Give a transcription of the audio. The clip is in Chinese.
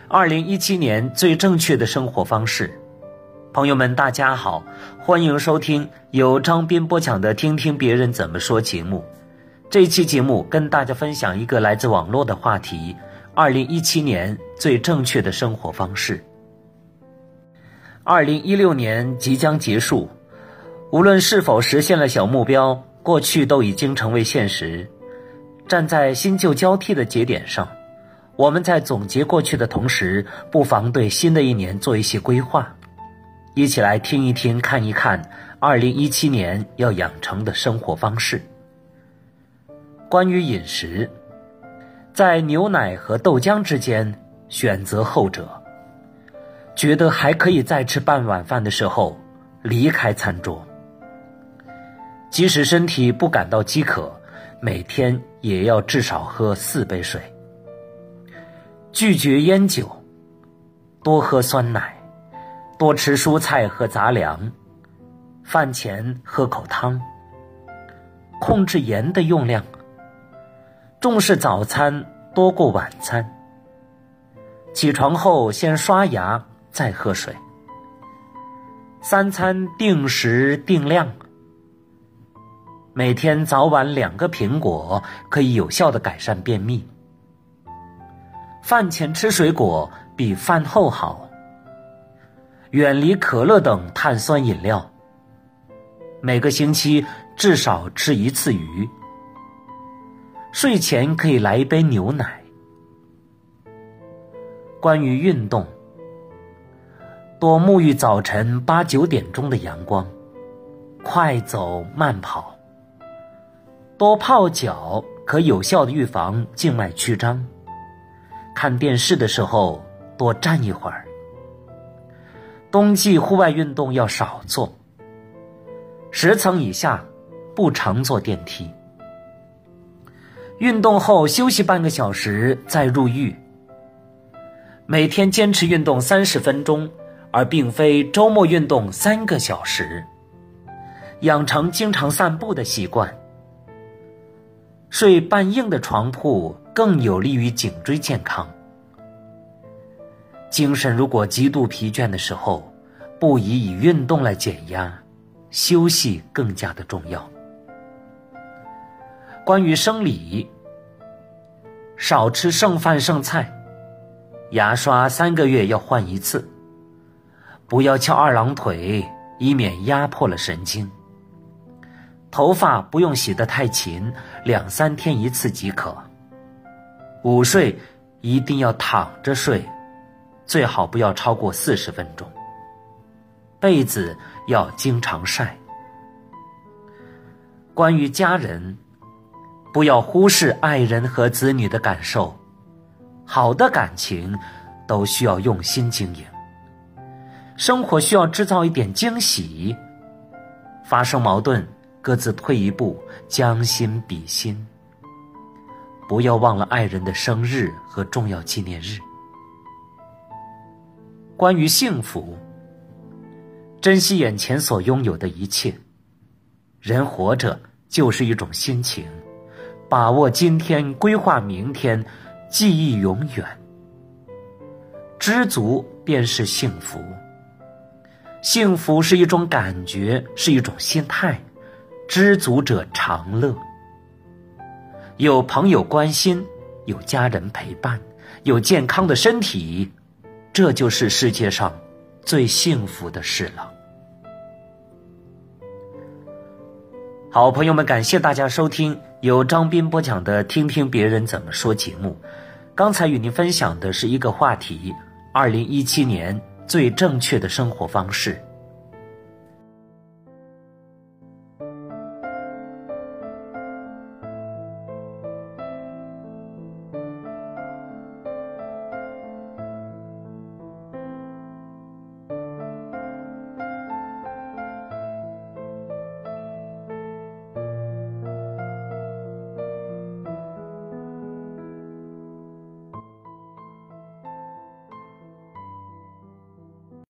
2017年最正确的生活方式。朋友们大家好，欢迎收听由张斌播讲的听听别人怎么说节目。这期节目跟大家分享一个来自网络的话题，2017年最正确的生活方式。2016年即将结束，无论是否实现了小目标，过去都已经成为现实。站在新旧交替的节点上，我们在总结过去的同时，不妨对新的一年做一些规划。一起来听一听看一看2017年要养成的生活方式。关于饮食，在牛奶和豆浆之间选择后者，觉得还可以再吃半碗饭的时候离开餐桌。即使身体不感到饥渴，每天也要至少喝4杯水。拒绝烟酒，多喝酸奶，多吃蔬菜和杂粮，饭前喝口汤，控制盐的用量，重视早餐多过晚餐，起床后先刷牙再喝水，3餐定时定量，每天早晚2个苹果可以有效地改善便秘。饭前吃水果比饭后好，远离可乐等碳酸饮料，每个星期至少吃1次鱼，睡前可以来一杯牛奶。关于运动，多沐浴早晨8、9点钟的阳光，快走慢跑，多泡脚可有效地预防静脉曲张。看电视的时候多站一会儿。冬季户外运动要少做，10层以下不常坐电梯。运动后休息半个小时再入浴。每天坚持运动30分钟，而并非周末运动3个小时。养成经常散步的习惯。睡半硬的床铺更有利于颈椎健康。精神如果极度疲倦的时候，不宜以运动来减压，休息更加的重要。关于生理，少吃剩饭剩菜，牙刷3个月要换1次，不要翘2郎腿，以免压迫了神经。头发不用洗得太勤，2、3天1次即可。午睡一定要躺着睡，最好不要超过40分钟。被子要经常晒。关于家人，不要忽视爱人和子女的感受，好的感情都需要用心经营。生活需要制造一点惊喜，发生矛盾各自退一步，将心比心。不要忘了爱人的生日和重要纪念日。关于幸福，珍惜眼前所拥有的一切。人活着就是一种心情，把握今天，规划明天，记忆永远。知足便是幸福。幸福是一种感觉，是一种心态。知足者常乐。有朋友关心，有家人陪伴，有健康的身体，这就是世界上最幸福的事了。好，朋友们，感谢大家收听由张斌播讲的听听别人怎么说节目。刚才与您分享的是一个话题，2017年最正确的生活方式。